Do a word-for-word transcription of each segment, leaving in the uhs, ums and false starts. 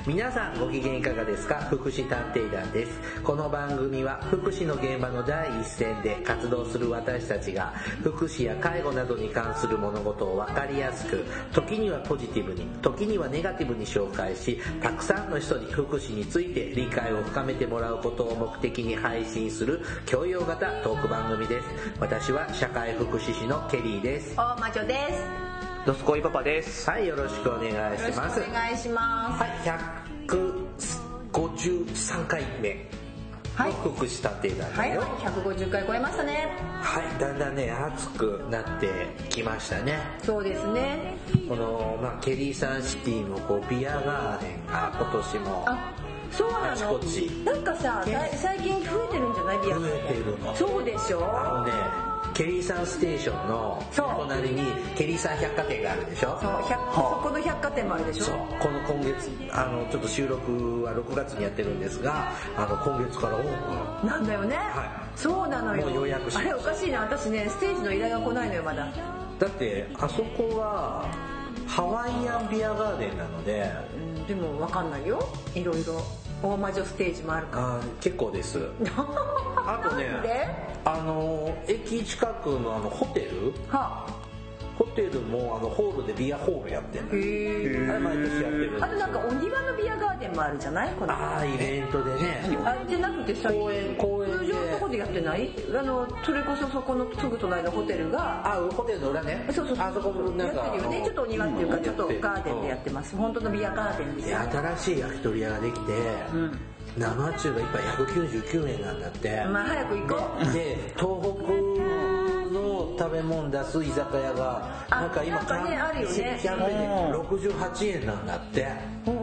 皆さんご機嫌いかがですか？福祉探偵団です。この番組は福祉の現場の第一線で活動する私たちが福祉や介護などに関する物事を分かりやすく、時にはポジティブに、時にはネガティブに紹介し、たくさんの人に福祉について理解を深めてもらうことを目的に配信する教養型トーク番組です。私は社会福祉士のケリーです。 大魔女です。 ドスコイパパです。 はい、よろしくお願いします。 よろしくお願いします。 はい、ひゃくごじゅうさんかいめの福祉探偵団だよ。 はい、ひゃくごじゅっかい超えましたね。 はい、だんだんね暑くなってきましたね。 そうですね。 この、まあ、ケリーサンシティのこうビアガーデンが今年もあ、そうなの。 あちこちなんかさ、最近増えてるんじゃない？ビアガーデン。 増えてるの。 そうでしょ。 あのね、ケリーサンステーションの隣にケリーサン百貨店があるでしょ。 そう、そこの百貨店もあるでしょ。 そう、この今月あのちょっと収録はろくがつにやってるんですが、あの今月からオープンなんだよね。 はい。 そうなのよ。 もう予約しました。 あれおかしいな、私ねステージの依頼が来ないのよまだ。 だってあそこはハワイアンビアガーデンなので、 うん、でもわかんないよ。いろいろ大魔女ステージもあるから。 あ、結構です。あとね、あの駅近くのあのホテル、はあ、ホテルもあのホールでビアホールやってる。へえ。あれ毎年やってるんですよ。 あとなんかお庭のビアガーデンもあるじゃない？このああ、イベントでね。 あれじゃなくてさ、 公園公園で通常のとこでやってない？あのそれこそそこのすぐ隣のホテルが、 あ、ホテルの裏ね。 そうそうそう。 あそこもなんかやってるよね。ちょっとお庭っていうか、 うん、 ちょっとガーデンでやってます。本当のビアガーデンですよ。 新しい焼き鳥屋ができて。うん、生中がいっぱいひゃくきゅうじゅうきゅうえんなんだって。 まあ早く行こう。 で、東北の食べ物出す居酒屋がなんか今なんかね、あるよね。 キャンペーンでろくじゅうはちえんなんだって。へ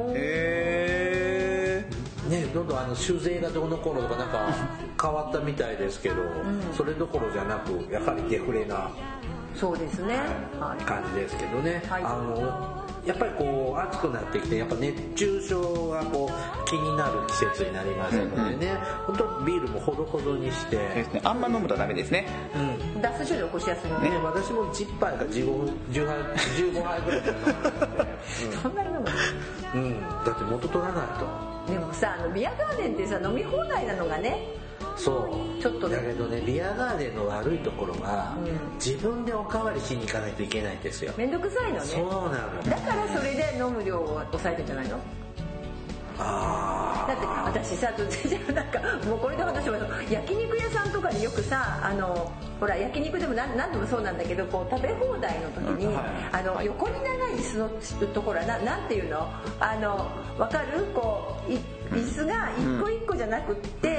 え。ね、どんどんあの酒税がどうのこうのとかなんか変わったみたいですけど、うん、それどころじゃなくやはりデフレな。 そうですね。 はい、感じですけどね。はい、あの。やっぱりこう暑くなってきて、やっぱ熱中症がこう気になる季節になりますのでね、うん、本当ビールもほどほどにしてですね、あんま飲むとダメですね。 うん、脱水症状起こしやすいのね。 ね、私もじゅっぱいかじゅうご、じゅうごはいぐらい飲むので、 うん、そんなに飲むの？ うん、だって元取らないと。 でもさ、あのビアガーデンってさ飲み放題なのがね。 そうちょっとだけどね、ビアガーデンの悪いところは、うん、自分でおかわりしに行かないといけないんですよ。 めんどくさいのね。 そうなの。 だからそれで飲む量を抑えてんじゃないの？ あだって私さ、なんかもうこれで話は焼肉屋さんとかによくさ、あのほら焼肉でも何何でもそうなんだけど、こう食べ放題の時に、うん、はい、あの横に長い椅子のところはななんていうの、あのわかる、こうい椅子が一個一個じゃなくって、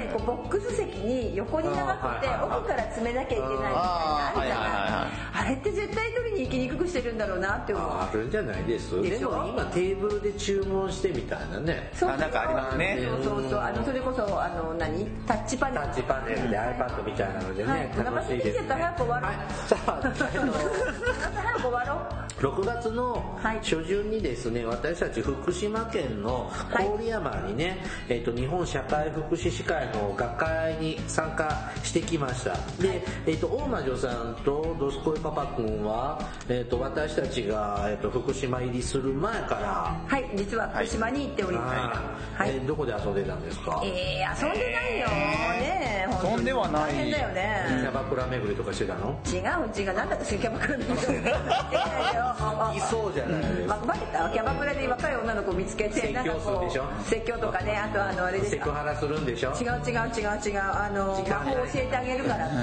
うん、こうボックス席に横に長くて奥から詰めなきゃいけないみたいなあるじゃない。あれって絶対取りに行きにくくしてるんだろうなって思う。 あるんじゃないです。でも今テーブルで注文してみたいなね。 そうそう、 あ、なんかありますね。 そうそうそう、あのそれこそあの何タッチパネル。 タッチパネルで iPad みたいなのでね、はい、楽しいですね。 早く終わろう。はい、さあ、早く終わろう。 ろくがつの初旬にですね、私たち福島県の郡山にね、はい、えー、と日本社会福祉士会の学会に参加してきました。で、えー、と大魔女さんとドスコイパパくんは、えー、と私たちが、えー、と福島入りする前から、 はい、実は福島に行っておりました。 はい、えー、どこで遊んでたんですか？ えー、遊んでないよ、ね、 遊んではない。 大変だよね。 キャバクラ巡りとかしてたの？ 違う違う、なんだ私キャバクラ巡りしてないよ。 いそうじゃないですか。 バレた？キャバクラで若い女の子見つけて、 説教するでしょ？ 説教とかね、あとあのあれですか。 セクハラするんでしょ？ 違う違う違う違う、あの魔法教えてあげるから。はい。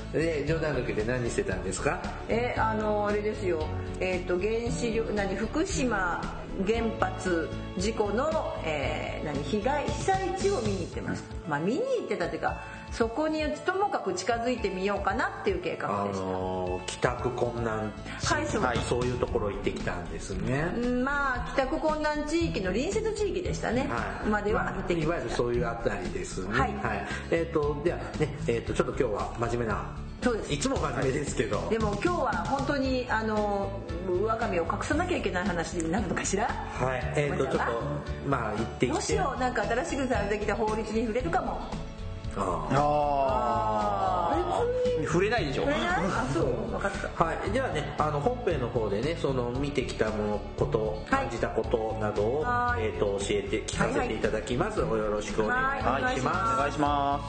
で、冗談抜きで何してたんですか？ え、あのあれですよ。えっ、ー、と原子力何福島原発事故の、えー、何被害被災地を見に行ってました。まあ見に行ってたっていうか、そこにともかく近づいてみようかなっていう計画でした。あのー、帰宅困難地域、はい、そう、はい、そういうところ行ってきたんですね。 まあ帰宅困難地域の隣接地域でしたね。はい、までは行ってきました。いわゆるそういうあたりですね。 はい。 はい、えっ、ー、とではね、えっ、ー、とちょっと今日は真面目な。 そうです。 いつも真面目ですけど、 はい、でも今日は本当にあの我が身を隠さなきゃいけない話になるのかしら。 はい、えーとちょっとまあ言ってきて、 もしよなんか新しくされてきた法律に触れるかも。 ああ、 触れないでしょ。 触れない？あ、そう、分かった。 はい、じゃあね、あの本編の方でね、その見てきたものこと、感じたことなどを、はい、えー、と教えて聞かせていただきます。はいはい、よろしくお願いします。 お願いします。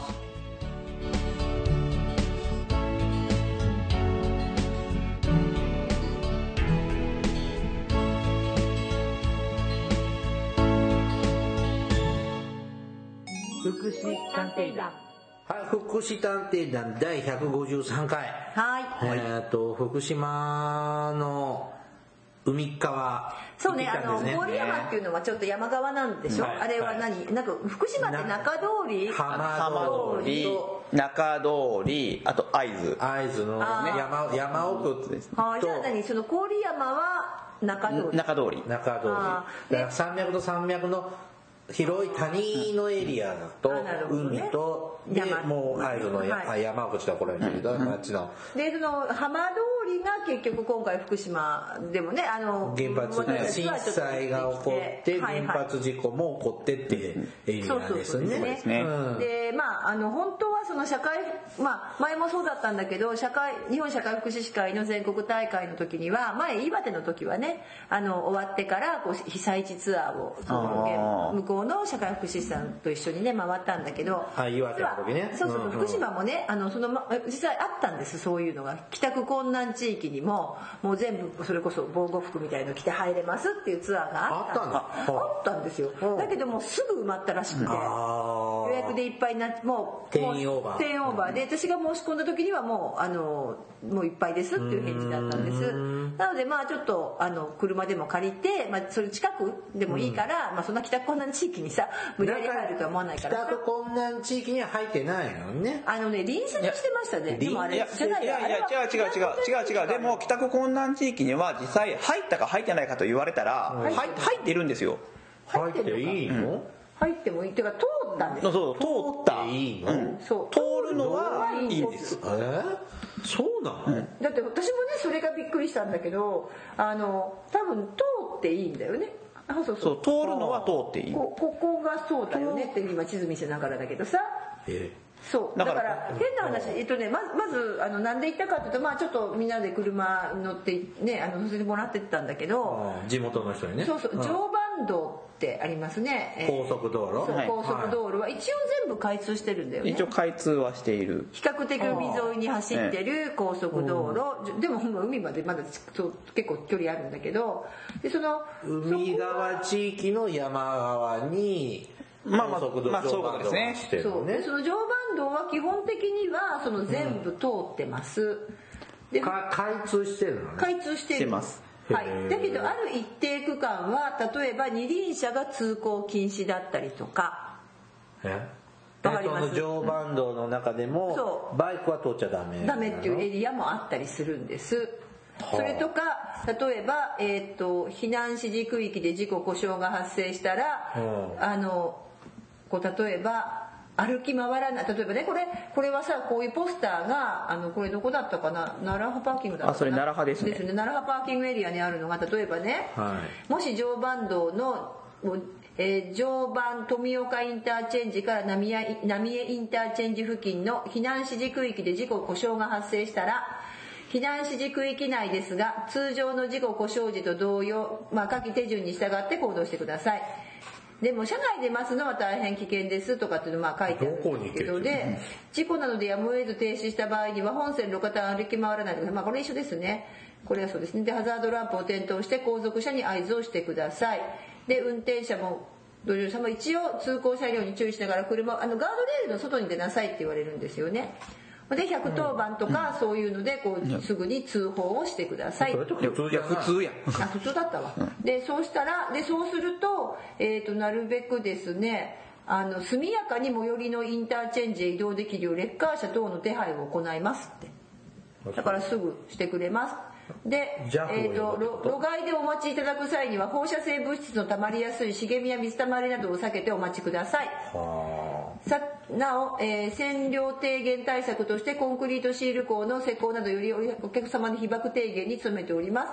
福祉探偵団。 はい、福祉探偵団だいひゃくごじゅうさんかい。 はい。 えっと福島の海側、 そうね、あの郡山っていうのはちょっと山側なんでしょ。はい、あれは何、はい、なんか福島って中通り、 浜通り、中通り、あと会津、 会津の、ね、山山奥です。 ああ、じゃあ何、その郡山は中通り。 中通り。 中通り。だから山脈と山脈の広い谷のエリアと海とでもう会津の山奥ちょっとこれだけど町のでその浜通りが結局今回福島でもね、あの原発震災が起こって原発事故も起こってってエリアですね。 でまああの本当はその社会、まあ前もそうだったんだけど、社会日本社会福祉士会の全国大会の時には、前岩手の時はね、あの終わってからこう被災地ツアーをその向こうの社会福祉士さんと一緒にね回ったんだけど、 はい、岩手の時ね。 そうそう、うんうん、福島もね、あのその実際あったんです、そういうのが。帰宅困難地域にももう全部それこそ防護服みたいの着て入れますっていうツアーがあったんだ。あったんですよ。だけどもうすぐ埋まったらしくて、予約でいっぱいになって、もう定員オーバー。 定員オーバーで、私が申し込んだ時にはもうあのもういっぱいですっていう返事だったんです。なのでまあちょっとあの車でも借りて、まあそれ近くでもいいから、うん、まあそんな帰宅困難地域にさ無理やり入るとは思わないから。 帰宅困難地域には入ってないのね。 あのね、臨車にしてましたね。でもあれじゃない。 いやいや違う違う違う違う違う。でも帰宅困難地域には実際入ったか入ってないかと言われたら、うん、入, 入ってるんですよ。 入っていいの？ 入ってもいいっていうか通ったんです。 そう、通ったいいの、うん、 そう通るのはいいんです。 えー、そうなの、うん、 だって私もねそれがびっくりしたんだけど、あの多分通っていいんだよね。あ、そうそう、 そう通るのは通っていい。 こここがそうだよねって今地図見せながらだけどさ。 えーそうだから変な話、えっとね、まずまずあのなんで行ったかというと、まあちょっとみんなで車乗ってね、あの乗せてもらってたんだけど、 地元の人にね。 そうそう、常磐道ってありますね。 高速道路。 そう、高速道路は一応全部開通してるんだよね。 一応開通はしている。 比較的海沿いに走ってる高速道路、でも海までまだ結構距離あるんだけど、でその海側地域の山側に。まあまあ、まあそういうことですね。 そうで、その常磐道は基本的にはその全部通ってます。うん、 で開通してるのね。 開通してるます。はい。だけどある一定区間は例えば二輪車が通行禁止だったりとか。 え？わかります？その常磐道の中でも、そうバイクは通っちゃダメ。 ダメっていうエリアもあったりするんです。それとか例えば、えー、と避難指示区域で事故故障が発生したら、うん、あのこう例えば歩き回らない、例えばね、これこれはさ、こういうポスターがあのこれどこだったかな、奈良パーキングだったかな。 あ、それ奈良ですね。 ですね、奈良パーキングエリアにあるのが例えばね、はい、もし常磐道のえー、常磐富岡インターチェンジから浪江浪江インターチェンジ付近の避難指示区域で事故故障が発生したら、避難指示区域内ですが通常の事故故障時と同様、まあ、下記手順に従って行動してください。でも車内で待つのは大変危険ですとかっていうのまあ書いてあるんですけど、で事故などでやむを得ず停止した場合には本線路肩歩き回らないでください。まあこれ一緒ですね。これはそうですね。でハザードランプを点灯して後続車に合図をしてください。で運転者も同乗者も一応通行車両に注意しながら車、あのガードレールの外に出なさいって言われるんですよね。でひゃくとおばんとかそういうのでこうすぐに通報をしてください。 それと普通や普通やあ普通だったわ。でそうしたらでそうすると、えー、となるべくですね、あの速やかに最寄りのインターチェンジへ移動できるようレッカー車等の手配を行いますって。だからすぐしてくれます。で、えー、と路外でお待ちいただく際には放射性物質のたまりやすい茂みや水たまりなどを避けてお待ちください。さなお、えー、線量低減対策としてコンクリートシール鋼の施工などよりお客様の被曝低減に努めております。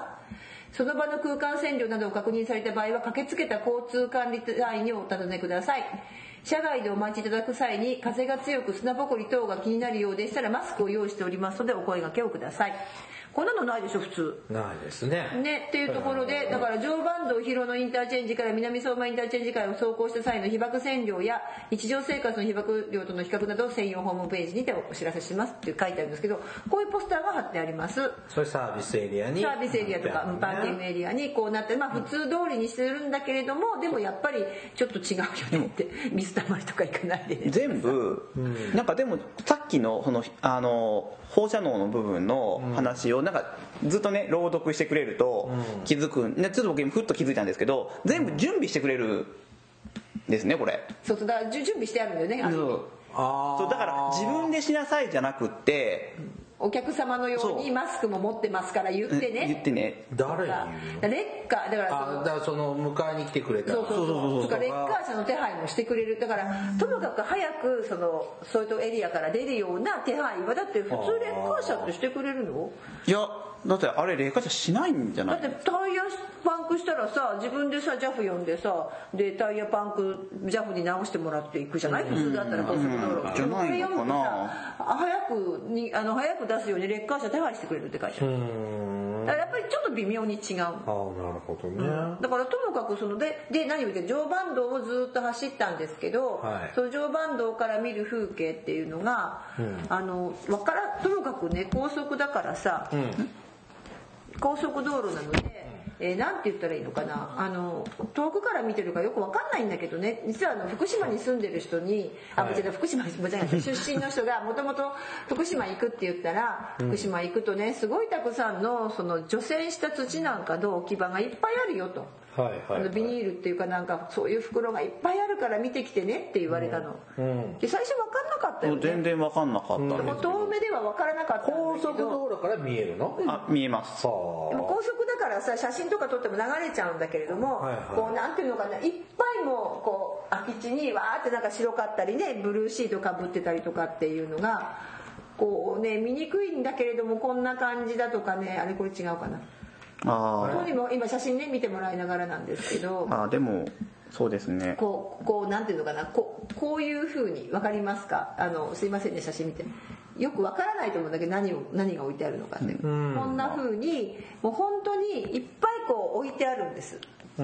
その場の空間線量などを確認された場合は駆けつけた交通管理隊にお尋ねください。 車外でお待ちいただく際に風が強く砂ぼこり等が気になるようでしたらマスクを用意しておりますのでお声掛けをください。こんなのないでしょ普通。 ないですね。 ねっていうところで、だから常磐道広野インターチェンジから南相馬インターチェンジからを走行した際の被爆線量や日常生活の被爆量との比較などを専用ホームページにてお知らせしますって書いてあるんですけど、こういうポスターが貼ってあります。 それサービスエリアにサービスエリアとかパーキングエリアにこうなって、まあ普通通りにしてるんだけれども、でもやっぱりちょっと違うよねって水たまりとか行かないでね。 全部、うん、なんかでもさっきのそのあの放射能の部分の話をなんかずっとね朗読してくれると気づく、ね、ちょっと僕今ふっと気づいたんですけど、全部準備してくれるんですねこれ。 そうそう、だから準備してあるんだよね。あそうあそうだから自分でしなさいじゃなくって、 お客様のようにマスクも持ってますから言ってね。 言ってね。 誰に言うの？ レッカーだからその、 あだからその迎えに来てくれた。 そうそうそうそう。そレッカー車の手配もしてくれる。だからともかく早くそのそういうエリアから出るような手配はだって普通レッカー車ってしてくれるの？ いやだってあれレッカー車しないんじゃない？ だってタイヤパンクしたらさ自分でさ ジャフ 呼んでさでタイヤパンク ジャフ に直してもらっていくじゃない？普通だったら高速道路。 じゃないのかな。 早くにあの早く出すようにレッカー車手配してくれるって書いてある。だからやっぱりちょっと微妙に違う。ああなるほどね、 うん、だからともかくそのでで何を言って常磐道をずっと走ったんですけど、はい、その常磐道から見る風景っていうのが、うん、あのわからともかくね高速だからさ、うん、高速道路なので。えー、なんて言ったらいいのかな、あの遠くから見てるからよく分かんないんだけどね、実はあの福島に住んでる人にあ、はい、福島じゃない出身の人がもともと福島行くって言ったら、うん、福島行くとねすごいたくさんのその除染した土なんかの置き場がいっぱいあるよと。はいはいはい、ビニールっていうかなんかそういう袋がいっぱいあるから見てきてねって言われたの、うんうん、で最初分かんなかったよね。 全然分かんなかったんですけど、 遠目では分からなかったんだけど高速道路から見えるの、 うん、あ見えます。 でも高速だからさ写真とか撮っても流れちゃうんだけれども、はいはい、こうなんていうのかないっぱいもこう空き地にわーってなんか白かったりねブルーシートかぶってたりとかっていうのがこうね見にくいんだけれどもこんな感じだとかね、あれこれ違うかな。あ当にも今写真ね見てもらいながらなんですけど、 あでもそうですね、 こうこうなんていうのかな、こうこういう風に分かりますか。あのすいませんね写真見てよく分からないと思うんだけど何を何が置いてあるのかって、うん、こんな風にもう本当にいっぱいこう置いてあるんです、うん、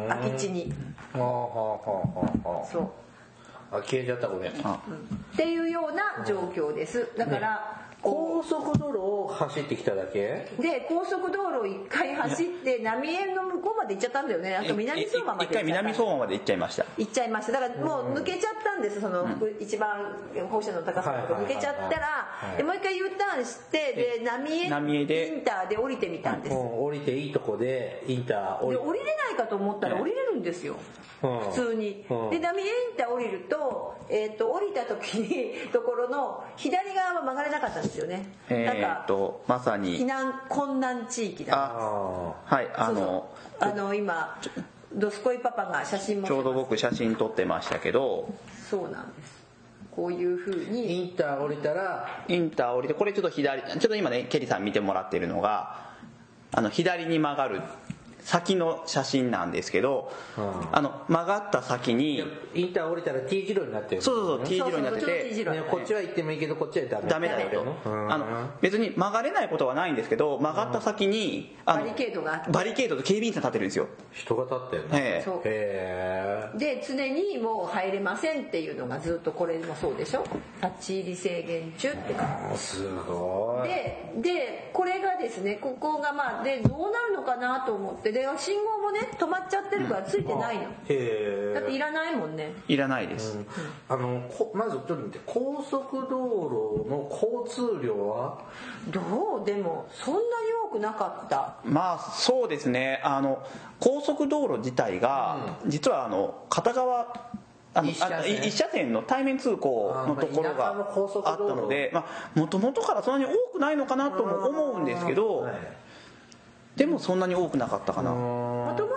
空き地に。はあはあはあ、そうあ消えちゃったこれ、うん、 っていうような状況です。だから、ね高速道路を走ってきただけで高速道路を一回走って浪江の向こうまで行っちゃったんだよね。あと南相馬まで一回南相馬まで行っちゃいました行っちゃいましただからもう抜けちゃったんです。その、うん、一番放射能の高さのとこ抜けちゃったらでもう一回 U ターンしてで浪江インターで降りてみたんです、うん、 降りていいとこでインター降りで降りれないかと思ったら降りれるんですよ、うん、普通に、うん、で浪江インター降りると、えー、と降りた時にところの左側は曲がれなかったんですよね。 えー、とまさに避難困難地域だ。 あはいあのそうそうあの今ドスコイパパが写真もちょうど僕写真撮ってましたけど、 そうなんです。こういう風にインター降りたらインター降りてこれちょっと左ちょっと今ねケリーさん見てもらってるのがあの左に曲がる先の写真なんですけど、うん、あの曲がった先にインター降りたら T 字路になってる、ね、 そうそうそう T 字路になってて、 ね、こっちは行ってもいいけどこっちはダメダメだよと、うん、あの別に曲がれないことはないんですけど曲がった先に、 うん、あのバリケードがあってバリケードと警備員さん立ってるんですよ。 人が立ってるね、 ええ、 そうへで常にもう入れませんっていうのがずっとこれもそうでしょ。立ち入り制限中って感じすごいででこれがですねここがまあでどうなるのかなと思ってで信号もね止まっちゃってるからついてないの、うん、へだっていらないもんね。 いらないです、うん、 あのまずちょっと見て高速道路の交通量はどうでもそんなに多くなかった。 まあそうですねあの高速道路自体が、うん、実はあの片側あの一車線一車線の対面通行のところがあったのでもともとからそんなに多くないのかなとも思うんですけど、はい、でもそんなに多くなかったかな。 もとも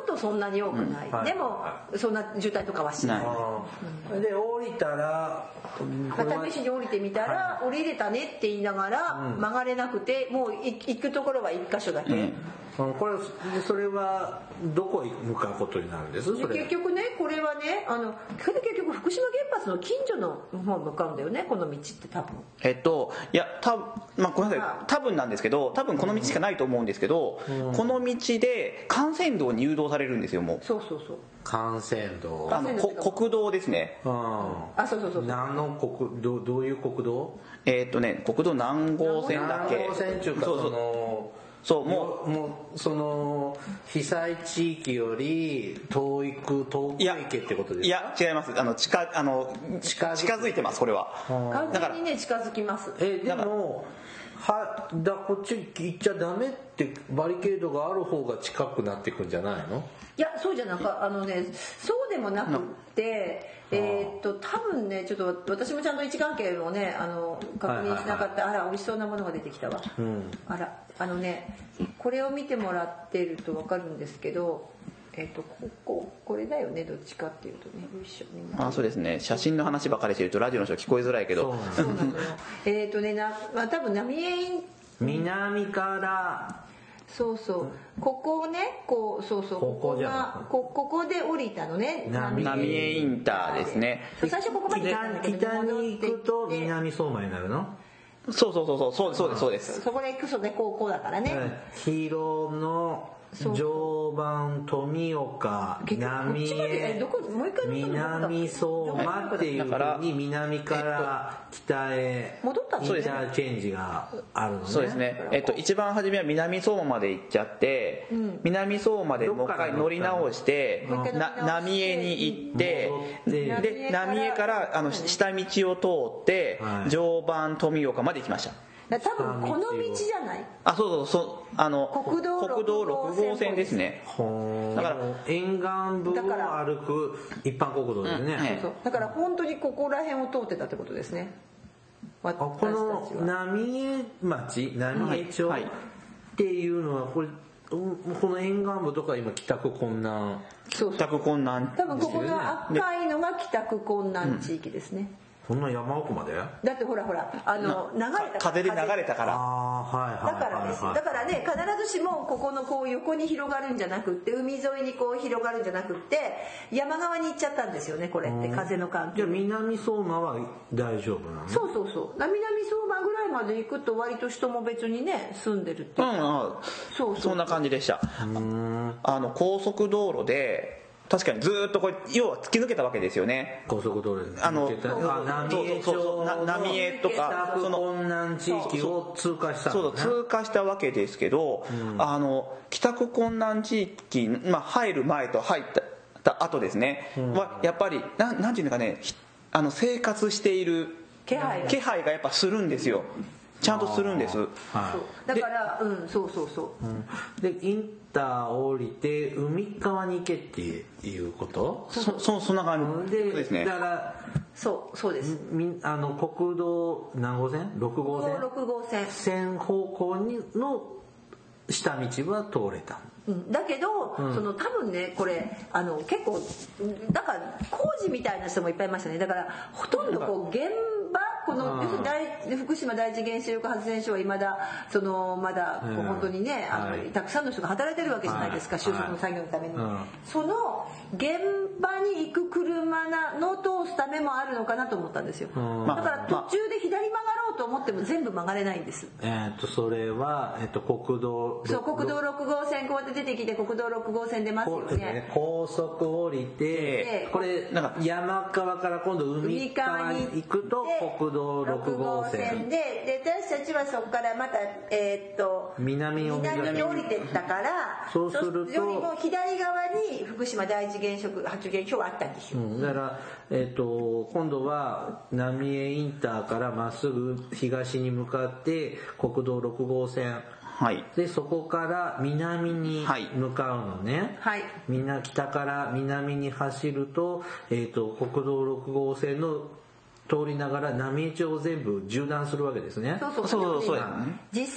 ほどそんなに多くない、うんはい、でもそんな渋滞とかはしない、 うん、で降りたら試しに降りてみたら、はい、降りれたねって言いながら、うん、曲がれなくてもう行くところは一箇所だけ、うんうん、これそれはどこに向かうことになるんです？それ結局ねこれはねあの結局福島原発の近所の方に向かうんだよねこの道って多分えっといやた、まあ、ごめんなさい多分なんですけど多分この道しかないと思うんですけど、うん、この道で幹線道に誘導されるんですよもうそうそうそう幹線道あのこ国道ですねああそうそうそう何の国道どういう国道えー、っとね国道何号線だっけ何号線っていうかそうそうそのそうもうもうその被災地域より遠いく遠く行けってことですか？ いや違いますあの近あの近づいてますこれは完全にね近づきますえでもはだこっち行っちゃダメってバリケードがある方が近くなっていくんじゃないの？ いやそうじゃなくあのねそうでもなくってえー、っと多分ねちょっと私もちゃんと位置関係をねあの確認しなかった、はいはいはい、あら美味しそうなものが出てきたわ、うん、あらあのねこれを見てもらってると分かるんですけどえー、っとこここれだよねどっちかっていうとねよいしょみんなあそうですね写真の話ばかりしてるとラジオの人聞こえづらいけどそうなのよえー、っとねな、まあ、多分浪江南からそうそうここをねこうそうそうここがこここで降りたのね浪江インターですね最初ここまで行ったんだけど北に行くと南相馬になるの？ そうそうそうそうそうですそうですそこで行くとねこうこうだからね黄色の常磐富岡南へ南相馬っていう風に南から北へ戻ったインターチェンジがあるのね。 そうですね、えっと、一番初めは南相馬まで行っちゃって、うん、南相馬でもう一回乗り直してな浪江に行ってで浪江からあの下道を通って、はい、常磐富岡まで行きました。 多分この道じゃない？ あ、そうそうそうあの国道国道ろく号線ですね。 だから沿岸部を歩く一般国道ですね。 うん、そうそうだから本当にここら辺を通ってたってことですね。 この浪江町浪江町っていうのはこれこの沿岸部とか今帰宅困難そうそう帰宅困難多分ここの赤いのが帰宅困難地域ですね。 そんな山奥まで？ だってほらほらあの流れた風で流れたからあ、はいはいはいはい、 だからですだからね必ずしもここのこう横に広がるんじゃなくって海沿いにこう広がるんじゃなくって山側に行っちゃったんですよねこれって風の関係。 じゃあ南相馬は大丈夫なの？ そうそうそう南相馬ぐらいまで行くと割と人も別にね住んでるっていうか、 うんうん、そうそうそんな感じでした。うんあの高速道路で確かにずっとこれ要は突き抜けたわけですよね。 高速道路であの浪江町の浪江とかその困難地域を通過した、ね、 そうそう通過したわけですけど、うん、あの帰宅困難地域、まあ、入る前と入った後ですね、うん、はやっぱりななんていうのかねあの生活している気配が気配がやっぱするんですよ。ちゃんとするんです、はい、 だからうんそうそうそう、 うん、でインター降りて海側に行けっていうことそそそんな感じですね。 だからそうそうですみあの国道何号線ろく号線ろく号線線方向にの下道は通れた、 うん、だけど、うん、その多分ねこれあの結構だから工事みたいな人もいっぱいいましたね。だからほとんどこう現場この大福島第一原子力発電所はいまだそのまだこう本当にね、うん、あの、はい、たくさんの人が働いてるわけじゃないですか、はい、収束の作業のために、はい、その現場に行く車の通すためもあるのかなと思ったんですよ、うん、だから途中で左曲がろうと思っても全部曲がれないんです。 えー、っとそれは、えー、っと国道そう国道ろく号線こうやって出てきて国道ろく号線出ますよね。 ね高速降りてこれなんか山側から今度海側に行くと国道ろく号線でで私たちはそこからまた、えー、っと南を南に降りてったからそうするとよりも左側に福島第一原子力発電所はあったんですよ、うん、 だから、えー、っと今度は浪江インターからまっすぐ東に向かって国道ろく号線はい、でそこから南に向かうのね、はい、みんな北から南に走ると、えー、と国道ろく号線の通りながら浪江町を全部縦断するわけですね。 そうそうそうそうそう、実際に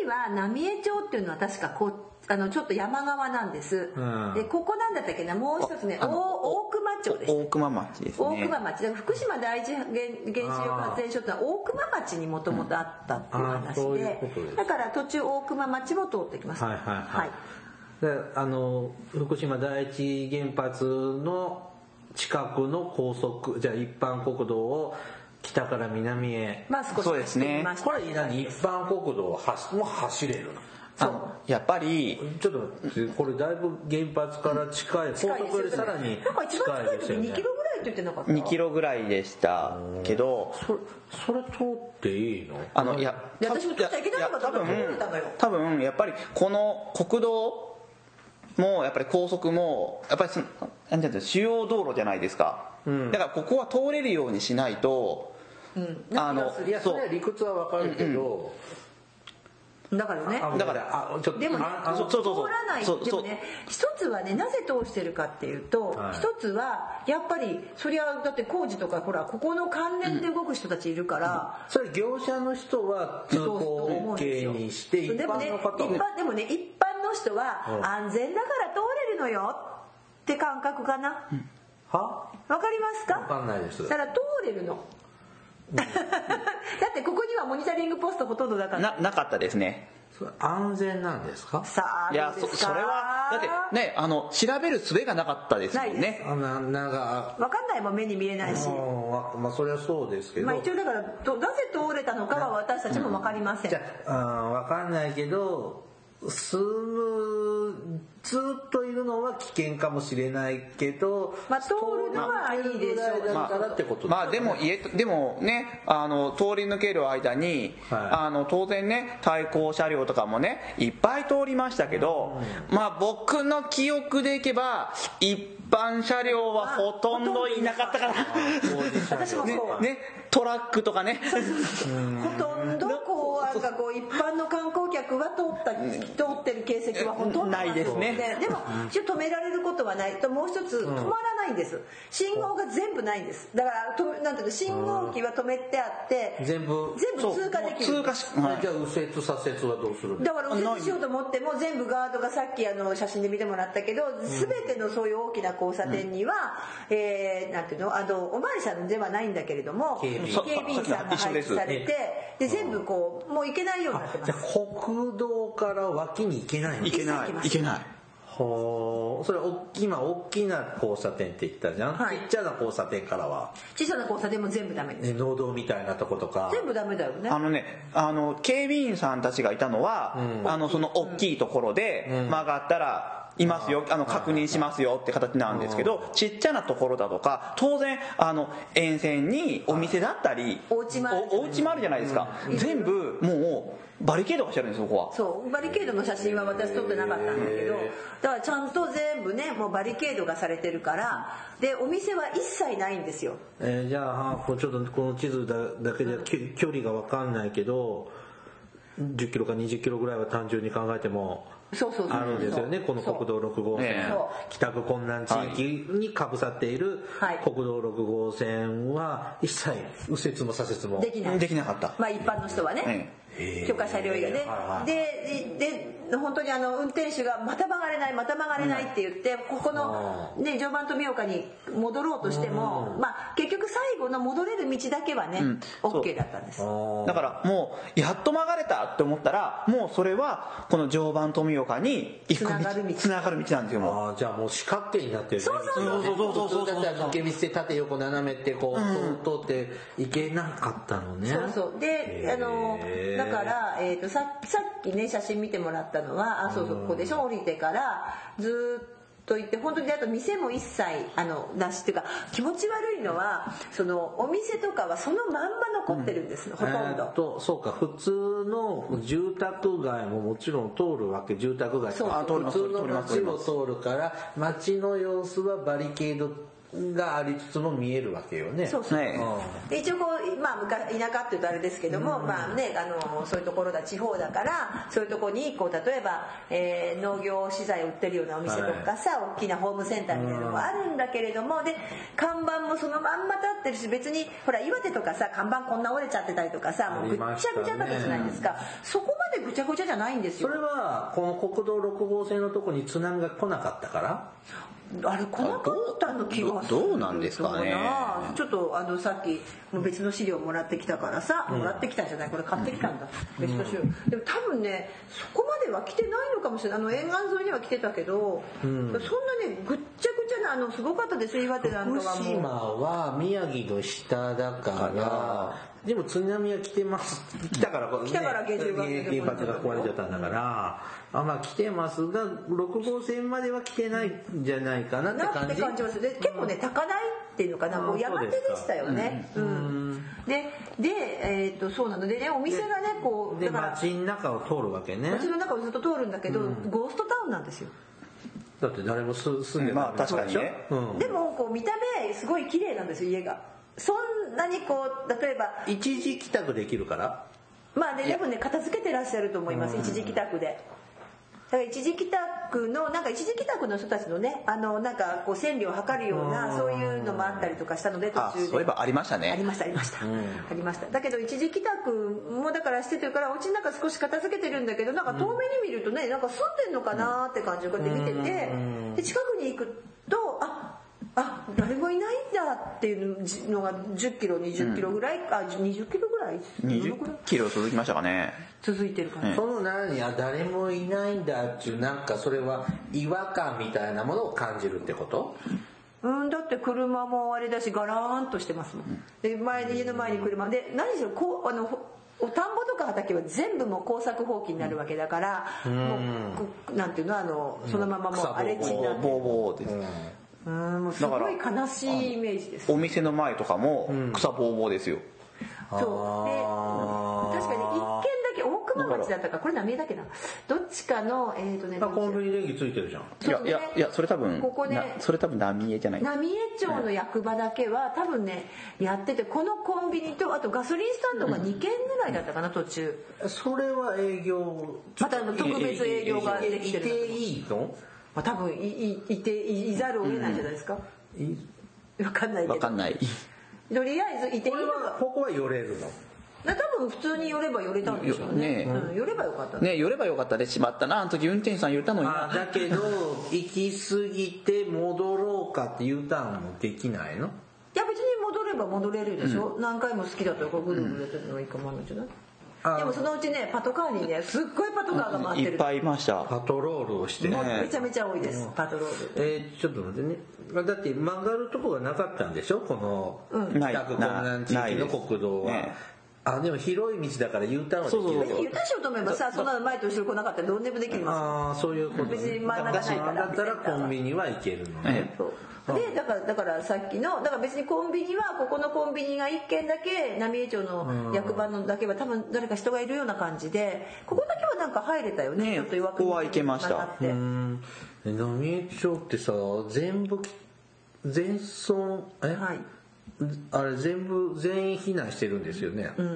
は浪江町っていうのは確かこうあのちょっと山側なんです、うん、でここなんだったっけな、もう一つね大熊町です。 大熊町ですね。 大熊町で福島第一原子力発電所ってのは大熊町にもともとあったっていう話で、うん、ういうだから途中大熊町も通ってきます。 はいはいはい、はい、であの福島第一原発の近くの高速じゃあ一般国道を北から南へ、 まあ少し走ってみました。 これ何一般国道を走も走れるの？ そうやっぱりちょっと待って、これだいぶ原発から近い、高速よりさらに近いですよね。 にキロぐらいって言ってなかった？ にキロぐらいでしたけど、 それそれ通っていいの？ あのいや私も通っちゃいけなかったから通れたのよ。 多分やっぱりこの国道もやっぱり高速もやっぱりそのなんていうの主要道路じゃないですか、うん、だからここは通れるようにしないと、 うん、 あのいやそれは理屈はわかるけど、うんうんだからね、 だからあちょっとでもね通らない。でもね一つはねなぜ通してるかっていうと、はい、一つはやっぱりそりゃだって工事とかほらここの関連で動く人たちいるから、 うん、それ業者の人は通行 OK にして一般の方でもね、でもね一般の人は安全だから通れるのよって感覚かな、うん、 はわかりますか？ わかんないです。 だから通れるのだってここにはモニタリングポストほとんどなかった。 な, なかったですね。 安全なんですか？ さあいや そ, それはだってねあの調べる術がなかったですもんね。 あななんか分かんないもん目に見えないし、 まあそれはそうですけど、 まあ、一応だからとなぜ通れたのかは私たちも分かりません。 じゃあ分かんないけど住むずっといるのは危険かもしれないけど、 まあ、通るのはいいでしょう。 まあ、 まあでも家でもねあの通り抜ける間に、はい、あの当然ね対向車両とかもねいっぱい通りましたけど、うん、まあ僕の記憶でいけば一般車両はほとんどいなかったかな。 私もそうは、 ねね、トラックとかねほとんどこうなんかこう一般の観光客は通った通ってる形跡はほとんどないですね。 でも一応止められることはないと、もう一つ止まらないんです。信号が全部ないんです。だからとなんていうの信号機は止めてあって全部全部通過できる。 通過し、はい、 じゃあ右折左折はどうするんですか？だから右折しようと思っても全部ガードがさっきあの写真で見てもらったけど、全てのそういう大きな交差点には、うん、えー、なんていうのあのおまわりさんではないんだけれども警備員さんが配置されて、で全部こうもう行けないようになってます。 じゃあ国道から脇に行けないの？ 行けない行けない。 ほー、それ今大きな交差点って言ったじゃん、はい、ちっちゃな交差点からは小さな交差点も全部ダメです、 ね、農道みたいなとことか全部ダメだよね。 あのねあの警備員さんたちがいたのは、うん、あのその大きいところで曲がったらいますよ、あの確認しますよって形なんですけど、ちっちゃなところだとか当然あの沿線にお店だったりお家もあるお家もあるじゃないですか、うん、全部もうバリケードがしてあるんですよ。ここはそうバリケードの写真は私撮ってなかったんだけど、だからちゃんと全部ねもうバリケードがされてるから、でお店は一切ないんですよ。 えー、じゃあこうちょっとこの地図 だ, だけで距離が分かんないけどじゅっキロかにじゅっキロぐらいは単純に考えてもあるんですよね。この国道ろく号線、帰宅困難地域にかぶさっている国道ろく号線は一切右折も左折もできない、 できなかった。 まあ一般の人はね、許可車両以外で、ででで本当にあの運転手がまた曲がれないまた曲がれないって言って、ここのね常磐富岡に戻ろうとしても、まあ結局最後の戻れる道だけはね、うん、OK だったんです。 だからもうやっと曲がれたって思ったらもうそれはこの常磐富岡に行く道、つながる道、つながる道なんですよ。もうあじゃあもう四角形になってるね。 そうそうそうそうそうそうそうだったら抜け道で縦横斜めってこう、うん、通って行けなかったのね。 そうそうであのだから、えー、と さ, さっきね写真見てもらったのはあそうそうここでしょ、降りてからずっと行って本当にあと店も一切あのなしっていうか、気持ち悪いのはそのお店とかはそのまんま残ってるんです、うん、ほとんど、えー、とそうか普通の住宅街ももちろん通るわけ、住宅街そうそう普通の街を通るから街の様子はバリケードがありつつも見えるわけよね。 そうそう、ね、で一応こう、まあ、田舎っていうとあれですけども、うんまあね、あのそういうところだ地方だからそういうところにこう例えば、えー、農業資材を売ってるようなお店とかさ、はい、大きなホームセンターみたいなのもあるんだけれども、で看板もそのまんま立ってるし、別にほら岩手とかさ看板こんな折れちゃってたりとかさもうぐっちゃぐちゃだったじゃないですか、ね、そこまでぐちゃぐちゃじゃないんですよ。 それはこの国道ろく号線のとこに津波が来なかったから？ あれ来なかったの気がする。 どうなんですかね。 ちょっとあのさっきもう別の資料もらってきたからさ、うん、もらってきたんじゃないこれ買ってきたんだ、うん、別の資料、でも多分ねそこまでは来てないのかもしれない。あの沿岸沿いには来てたけど、うん、そんなねぐっちゃぐちゃなあのすごかったですよ岩手なんかはもう。 福島は宮城の下だからでも津波は来てます来たから、ね、 来たから原発が壊れちゃったんだから、あまあ来てますがろく号線までは来てないんじゃないかなって感じ。なって感じます。で結構ね高台っていうのかな、こう山手でしたよね。うん、うん、ででえっ、ー、とそうなのでねお店がねこうで街の中を通るわけね。 街の中をずっと通るんだけど、うん、ゴーストタウンなんですよ。 だって誰も住んでない、 まあ確かにね、 うん、でもこう見た目すごい綺麗なんですよ家が。そんなにこう例えば一時帰宅できるからまあね多分ね片付けてらっしゃると思います。一時帰宅でだから一時帰宅のなんか一時帰宅の人たちのねあのなんかこう線量を測るようなそういうのもあったりとかしたので途中であそういえばありましたね。 ありましたありました、うん、ありました。だけど一時帰宅もだからしててるからお家の中少し片付けてるんだけどなんか遠目に見るとねなんか住んでんのかなって感じをこうやって見ててで近くに行くとああ誰もいないんだっていうのがじゅっキロにじゅっキロぐらい、うん、あにじゅっキロぐらいにじゅっキロ続きましたかね。 続いてるから、 その何や誰もいないんだっていうなんかそれは違和感みたいなものを感じるってこと？ うんだって車もあれだしガラーンとしてますもん。で前に家の前に車で何しろこうあのお田んぼとか畑は全部もう耕作放棄になるわけだから、うん、もうなんていうのあのそのままもう荒れ地になってボーボーです。 うん、もうすごい悲しいイメージです。 お店の前とかも草ぼうぼうですよ、 うん、そうで確かに一軒だけ大熊町だったかこれ浪江だっけなどっちかのえっ、ー、とねコンビニ電気ついてるじゃん。 いやいやいやそれ多分ここねそれ多分浪江じゃない。 浪江町の役場だけは多分ねやっててこのコンビニとあとガソリンスタンドがにけんぐらいだったかな途中。 それは営業また特別営業ができてる。 いていいの？ まあ、多分 い, い, いていざるを得ないんじゃないですか。分かんないけど。 分かんない。 とりあえずいていいのか。 ここは寄れるの。 多分普通に寄れば寄れたんでしょうね。ね、うん、寄ればよかったね。 ね寄ればよかったでしまったなあの時運転手さん言ったのにな。あだけど行き過ぎて戻ろうかって U ターンもできないの？いや別に戻れば戻れるでしょ。うん、何回も好きだったらぐるぐるやってるのがいいかもあるんじゃない？でもそのうちねパトカーにねすっごいパトカーが回ってる。 いっぱいいました。 パトロールをして、 ね、めちゃめちゃ多いです、うん、パトロール。 えー、ちょっと待ってね。だって曲がるとこがなかったんでしょこの帰宅困難地域の国道は。ね、あでも広い道だから U ターンはできる。 そうそうそう。U ターンしようと思えばさそんなの前と後ろ来なかったらどうでもできます。 ああそういうこと、ね。 別に真ん中ないから。 だったらコンビニは行けるのね。 そうでだからだからさっきのだから別にコンビニはここのコンビニがいっけんだけ浪江町の役場のだけは多分誰か人がいるような感じでここだけはなんか入れたよね。 ねちょっと違和感ここは行けました。 うん。浪江町ってさ全部全村え、はい、あれ全部全員避難してるんですよね。うん。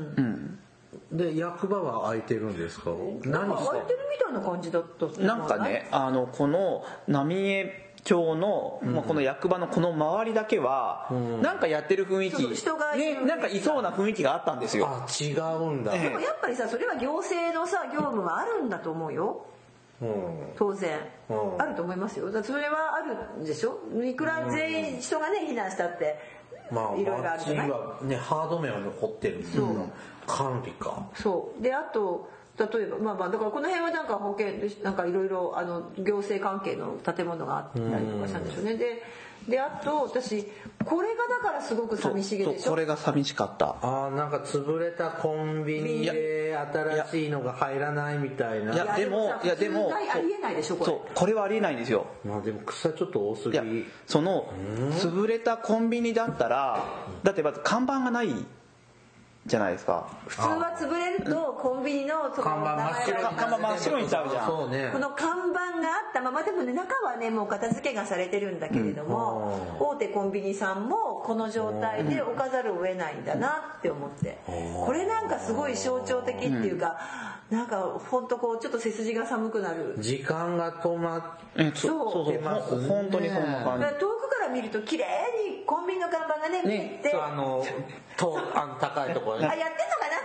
で役場は空いてるんですか？ なんか空いてるみたいな感じだった。 なんかねあのこの浪江町の、うんまあ、この役場のこの周りだけは、うん、なんかやってる雰囲気、 そう人がね、なんかいそうな雰囲気があったんですよ。 あ違うんだ。 でもやっぱりさそれは行政のさ業務があるんだと思うよ。うん、当然、うん、あると思いますよ。だそれはあるんでしょ。いくら全員人がね避難したってまあ、いろいろあるじゃない。町はねハード面は残ってる。そう。管理か。 そうであと。例えばまあまあだからこの辺はなんか保険なんかいろいろあの行政関係の建物があったりとかしたんでしょうね。でであと私これがだからすごく寂しげでしょ。 これが寂しかった。 ああなんか潰れたコンビニで新しいのが入らないみたいな。 いやでもいやでもありえないでしょこれ。 そうこれはありえないんですよ。 まあでも草ちょっと多すぎ。 いやその潰れたコンビニだったらだってまず看板がないじゃないですか。 普通は潰れるとコンビニのその看板真っ白に看板真っ白にしちゃうじゃん。 そうね。 この看板があったままでもね中はねもう片付けがされてるんだけれども、うん、大手コンビニさんもこの状態で置かざるを得ないんだなって思って、うん、これなんかすごい象徴的っていうか、うん、なんか本当こうちょっと背筋が寒くなる。 時間が止まってそうそうそう本当にそんな感じ。 遠くから見ると綺麗にコンビニの看板がね見えて、 あのとあの高いところあやってんのかなっ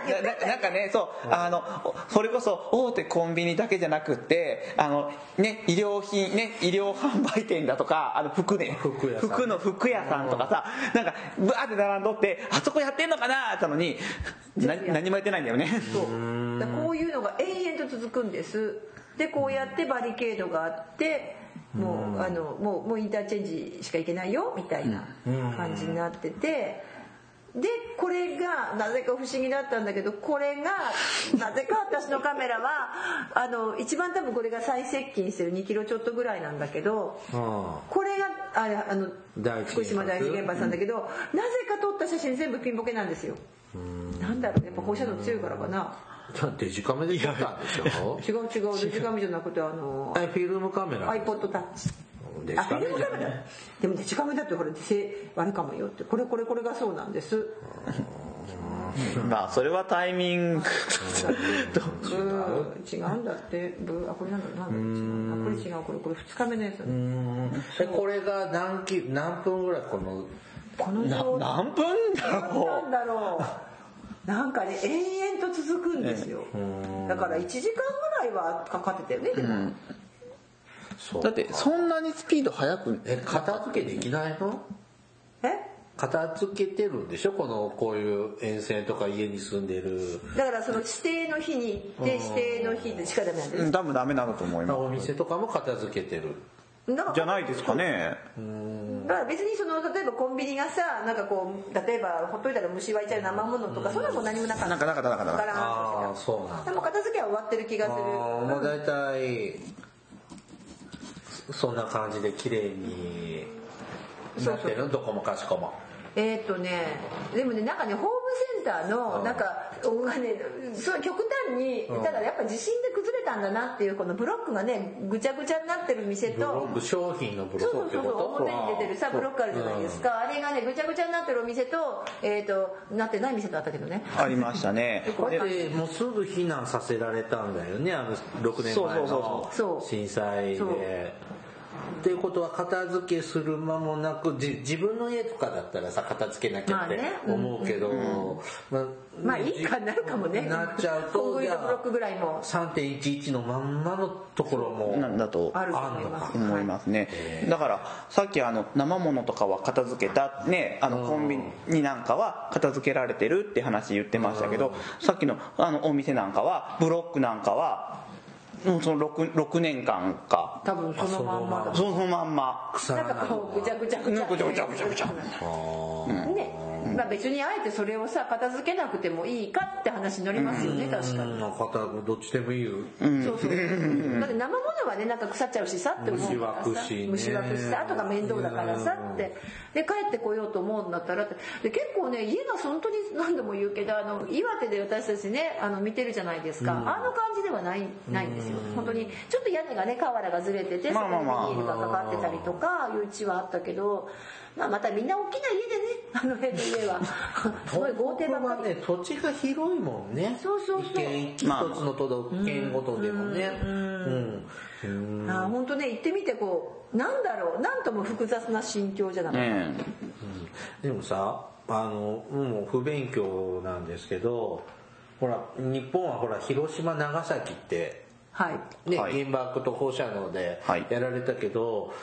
なんかね、そう、あのそれこそ大手コンビニだけじゃなくってあのね医療品ね医療販売店だとかあの服ね服屋さん服の服屋さんとかさ、なんかブワーって並んどってあそこやってんのかなってのにな何もやってないんだよね。 そうだからこういうのが延々と続くんです。でこうやってバリケードがあってもうあのもうもうインターチェンジしか行けないよみたいな感じになってて、でこれがなぜか不思議だったんだけど、これがなぜか私のカメラはあの一番多分これが最接近してるにキロちょっとぐらいなんだけど、これがああの福島第一原発なんだけど、なぜか撮った写真全部ピンボケなんですよ。なんだろう、やっぱ放射能強いからかな。 デジカメで撮ったんでしょ。 違う違う、デジカメじゃなくてあのフィルムカメラ iPod Touch。あ、フィルムカメラでもデジカメだってほらあれかもよって、これこれこれがそうなんです。 まあそれはタイミング違うんだってあこれなんだなんだこれ違うこれこれふつかめのやつ。 えこれが何キ何分ぐらいこのこのな何分だろう。 なんだろう。なんかね延々と続くんですよ。だからいちじかんぐらいはかかってたよねでも。うんだってそんなにスピード速くえ片付けできないの？ え？ 片付けてるんでしょこのこういう沿線とか家に住んでる。 だからその指定の日に行って指定の日でしかダメなんです。 多分ダメなのと思います。 お店とかも片付けてる。 じゃないですかね。 だから別にその例えばコンビニがさなんかこう例えばほっといたら虫湧いちゃう生物とかそんなもん何もなかった。 なんかなかったなかった。 ああそうなんだ。 でも片付けは終わってる気がする。 もう大体そんな感じで綺麗になってるのどこもかしこも。 えーっとねでもねなんかねホームセンターのなんかがねそう極端にだからやっぱ地震で崩れたんだなっていうこのブロックがねぐちゃぐちゃになってる店とブロック商品のブロックそうそうそう表に出てるさブロックあるじゃないですか、あれがねぐちゃぐちゃになってるお店とえーっとなってない店とあったけどねありましたね。 これでもうすぐ避難させられたんだよねあのろくねんまえの震災で。っていうことは片付けする間もなく自分の家とかだったらさ片付けなきゃって思うけど、まあねうん、 まあいいかなるかもねなっちゃうとコンクリートブロックぐらいもさんてんいちいち のまんまのところもなんだとあると思います。 思いますね。だからさっきあの生物とかは片付けたねあのコンビニなんかは片付けられてるって話言ってましたけど、さっきのあのお店なんかはブロックなんかはもうその 6, ろくねんかんか多分そのまんまだそのまんまなんかこうぐちゃぐちゃぐちゃぐちゃぐちゃぐちゃぐちゃね、まあ別にあえてそれをさ片付けなくてもいいかって話になりますよね、うん、確かにどっちでもいいよ、 うん、そうそうだって生物はねなんか腐っちゃうしさって思うからさ虫湧くしね虫湧くしさ後が面倒だからさってで帰ってこようと思うんだったらってで結構ね家が本当に何度も言うけどあの岩手で私たちねあの見てるじゃないですか、うん、あの感じではないないんですよ、うん、本当にちょっと屋根がね瓦がずれててそこにビニールがかかってたりとかいう家はあったけど、まあ、またみんな大きな家でねあの辺の家はすごい豪邸ばっかり、 ね、土地が広いもんねそうそうそう一つの都道府県ごとでもね本当ね行ってみてこうなんだろうなんとも複雑な心境じゃなかった、うん、 でもさあのもう不勉強なんですけどほら日本はほら広島長崎ってはいね、 はい、 原爆と放射能でやられたけど、はい、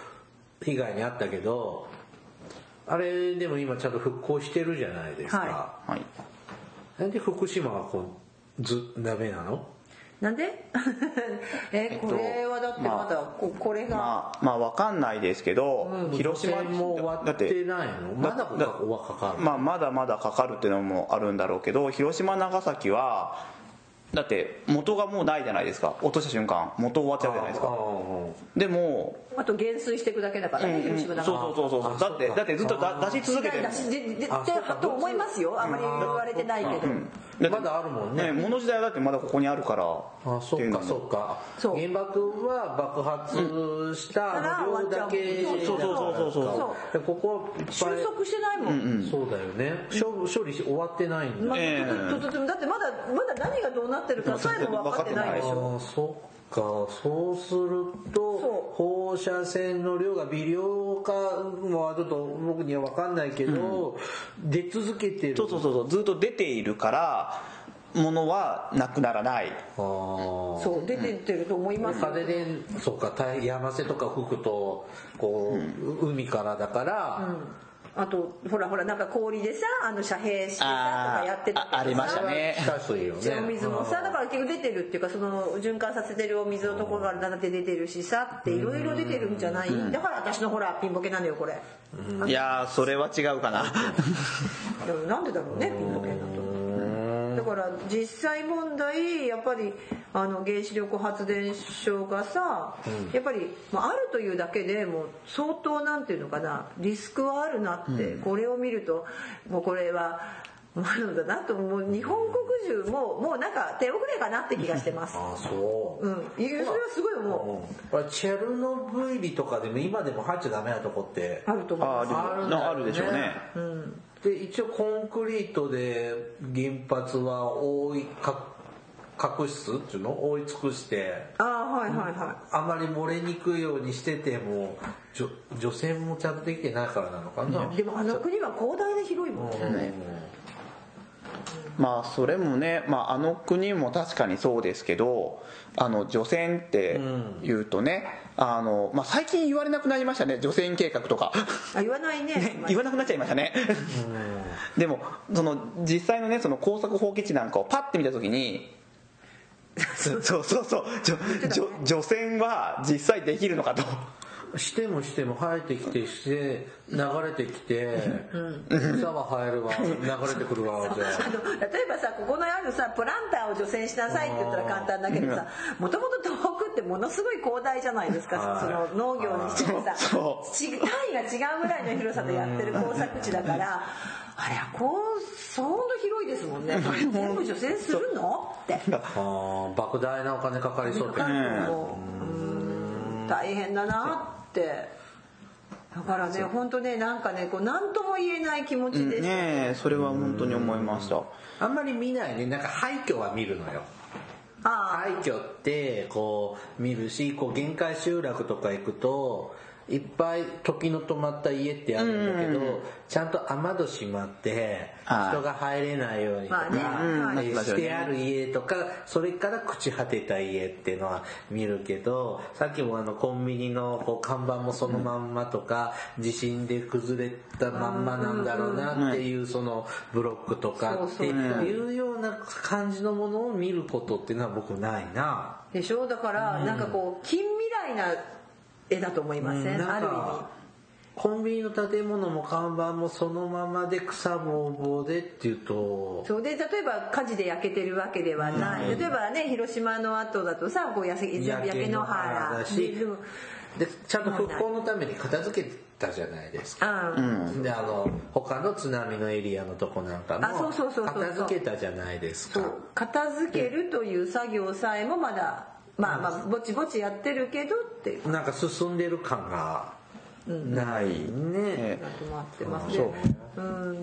被害に遭ったけどあれでも今ちゃんと復興してるじゃないですか、 はい、 なんで福島はこうずダメなの？ なんでえこれはだってまだここれがまあまあ分かんないですけど、 うん、広島も終わってないの？まだかかる、 まあ、まだまだかかるっていうのもあるんだろうけど広島長崎はだって元がもうないじゃないですか落とした瞬間元終わっちゃうじゃないですかでもあと減衰していくだけだからね、うん、広島長崎そうそうそうそうだってだってずっと出し続けてると思いますよあんまり言われてないけど、うんうん、まだあるもんね物時代はだってまだここにあるからあそうかそうかそう原爆は爆発した量だけそうそうそうそうここ収束してないもん、うんうん、そうだよね処理終わってないんだ、 まあえー、だってまだまだ何がどうなってるかさえも分かってないでしょあそっかそうすると放射線の量が微量かもちょっと僕には分かんないけど、うん、出続けてるそうそうそうずっと出ているからものはなくならない。 そう出てってると思いますよ。 風でそうか山瀬とか吹くとこう、うん、海からだから、 うん、あとほらほらなんか氷でさあの遮蔽してさとかやってたけどさあ, ありましたね。 お水もさだから結局出てるっていうかその循環させてるお水のところからだって出てるしさっていろいろ出てるんじゃない、うん、だから私のほらピンボケなのよこれ、 うん、いやそれは違うかななんでだろうねピンボケになったの。だから実際問題やっぱりあの原子力発電所がさ、うん、やっぱり、まあ、あるというだけでもう相当なんていうのかなリスクはあるなって、うん、これを見るともうこれはあるんだなともう日本国中ももうなんか手遅れかなって気がしてます。 あそう、 うん、それはすごい思う、うん、チェルノブイリとかでも今でも入っちゃダメなとこってあると思います。 ある、あるでしょうね、 うん、 で一応コンクリートで原発は覆いか隠すっていうの覆い尽くしてあはいはいはいあまり漏れにくいようにしてても除染もちゃんとできてないからなのかな。 でもあの国は広大で広いもんね、うん、 まあそれもね、まあ、あの国も確かにそうですけどあの除染って言うとね、うん、あのまあ、最近言われなくなりましたね除染計画とかあ言わない ね, ね言わなくなっちゃいましたね、うん、でもその実際のねその耕作放棄地なんかをパッて見た時にそうそうそう除染は実際できるのかとしてもしても生えてきてして流れてきて、うん、草は生えるわ流れてくるわじゃああの例えばさここのあるさプランターを除染しなさいって言ったら簡単だけどさもともと東北ってものすごい広大じゃないですか。その農業にしてもさ単位が違うぐらいの広さでやってる耕作地だからあれはこう相当広いですもんね。全部除染するのってあ莫大なお金かかりそうって、うん、 大変だなってだからね本当ねなんかねこう何とも言えない気持ちです、 うん、ねそれは本当に思いました。 あんまり見ないね。なんか廃墟は見るのよ。廃墟ってこう見るしこう限界集落とか行くといっぱい時の止まった家ってあるんだけど、うんうん、ちゃんと雨戸閉まって人が入れないようにとか、まあね、してある家とかそれから朽ち果てた家っていうのは見るけどさっきもあのコンビニのこう看板もそのまんまとか地震で崩れたまんまなんだろうなっていうそのブロックとかっていうような感じのものを見ることっていうのは僕ないな。 でしょ。だからなんかこう近未来な絵だと思いません、うん、ある意味コンビニの建物も看板もそのままで草ぼうぼうでっていうとそうで例えば火事で焼けてるわけではない、うん、例えばね広島の後だとさこう焼け野原だしでちゃんと復興のために片付けたじゃないですか、うん、であの他の津波のエリアのとこなんかも片付けたじゃないですか。 そう片付けるという作業さえもまだまあまあぼちぼちやってるけどっていうなんか進んでる感がないね、うん、 なくなってますね。うん、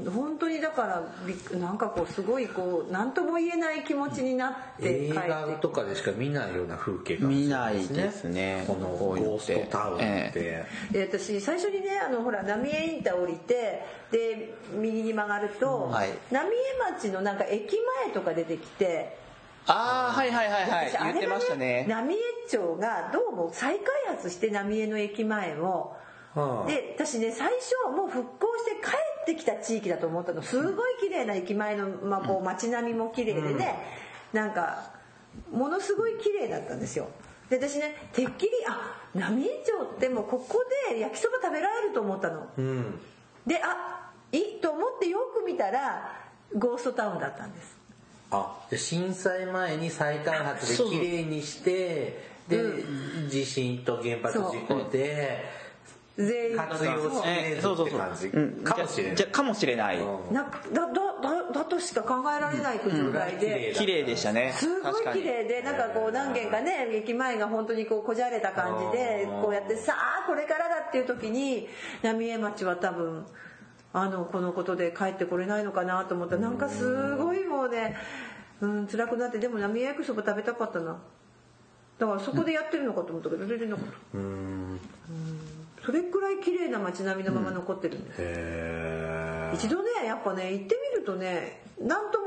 本当にだからなんかこうすごいこう何とも言えない気持ちになって映画とかでしか見ないような風景が見ないですね。 このゴーストタウンって、 えー、で私最初にねあのほら浪江インター降りてで右に曲がると、はい、浪江町のなんか駅前とか出てきてああはいはいはいはい言ってましたね。 浪江町がどうも再開発して浪江の駅前を、はあ、で私ね最初もう復興して帰ってきた地域だと思ったの。すごい綺麗な駅前の、まあ、こう街並みも綺麗でね、うん、なんかものすごい綺麗だったんですよ。で私ねてっきりあ浪江町ってもうここで焼きそば食べられると思ったの、うん、であいいと思ってよく見たらゴーストタウンだったんです。 あ震災前に再開発できれいにしてで、うん、地震と原発事故で活用してって感じかもしれない。 かもしれない。 なだだだとしか考えられない状態で、 綺麗でしたね。 すごい綺麗でなんかこう何軒かね駅前が本当にこうこじゃれた感じでこうやってさあこれからだっていう時に浪江町は多分あのこのことで帰ってこれないのかなと思ったらなんかすごいもうね、うん、辛くなってでも浪江焼きそば食べたかったな。だからそこでやってるのかと思ったけど全然なかった。うんうんそれくらい綺麗な街並みのまま残ってるんです、うん、へ一度ねやっぱね行ってみるとね何とも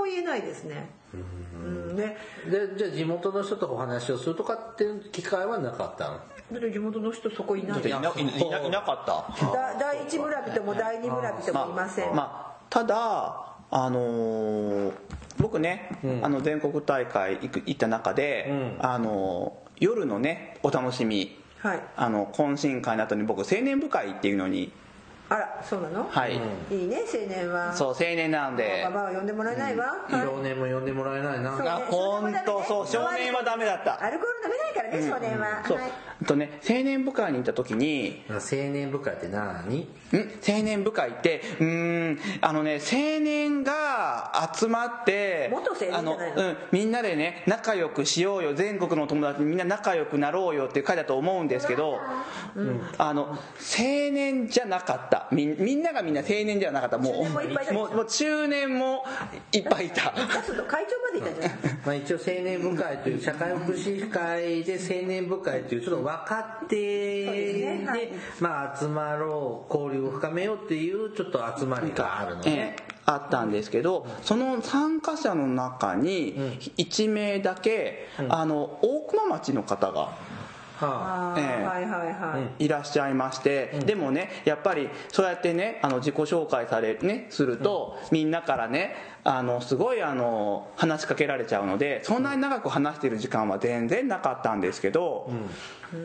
も言えないですね。うんね、 でじゃあ地元の人とお話をするとかっていう機会はなかったの？ だって地元の人そこいない。 いな、いな、いなかった。 だ第一村人も第二村人もいません。 まあ、まあ、ただあのー、僕ね、うん、あの全国大会行く行った中で、うん、あのー、夜のねお楽しみ、はい、あの懇親会の後に僕青年部会っていうのに。 あら、そうなの？ はい、 うん、いいね、青年は。 そう、青年なんでババアは呼んでもらえないわ、うん、はい、 少年も呼んでもらえないな。 そうね、 あ、本当そう、少年はダメだった。 アルコール飲めないからね、うん、少年は、 そう、 はい、 とね、青年部会に行った時に、 青年部会って何？ん青年部会ってうーんあのね、青年が集まって元青年じゃないの？ あの、うん、みんなでね仲良くしようよ、全国の友達にみんな仲良くなろうよっていう会だと思うんですけど、うん、あの青年じゃなかった。 み, みんながみんな青年じゃなかった。もうもうもう中年もいっぱいいた。 会長までいたじゃん。 まあ一応青年部会という社会福祉会で青年部会というちょっと若手で、ね、はい、まあ集まろう、交流を深めようっていうちょっと集まりがあるのね、 ええ、あったんですけど、その参加者の中にいち名だけ、うん、あの大熊町の方がはあ、ええ、はいはいはい、 いらっしゃいまして、うん、でもねやっぱりそうやってねあの自己紹介されねすると、うん、みんなからねあのすごいあの話しかけられちゃうので、そんなに長く話している時間は全然なかったんですけど、うん、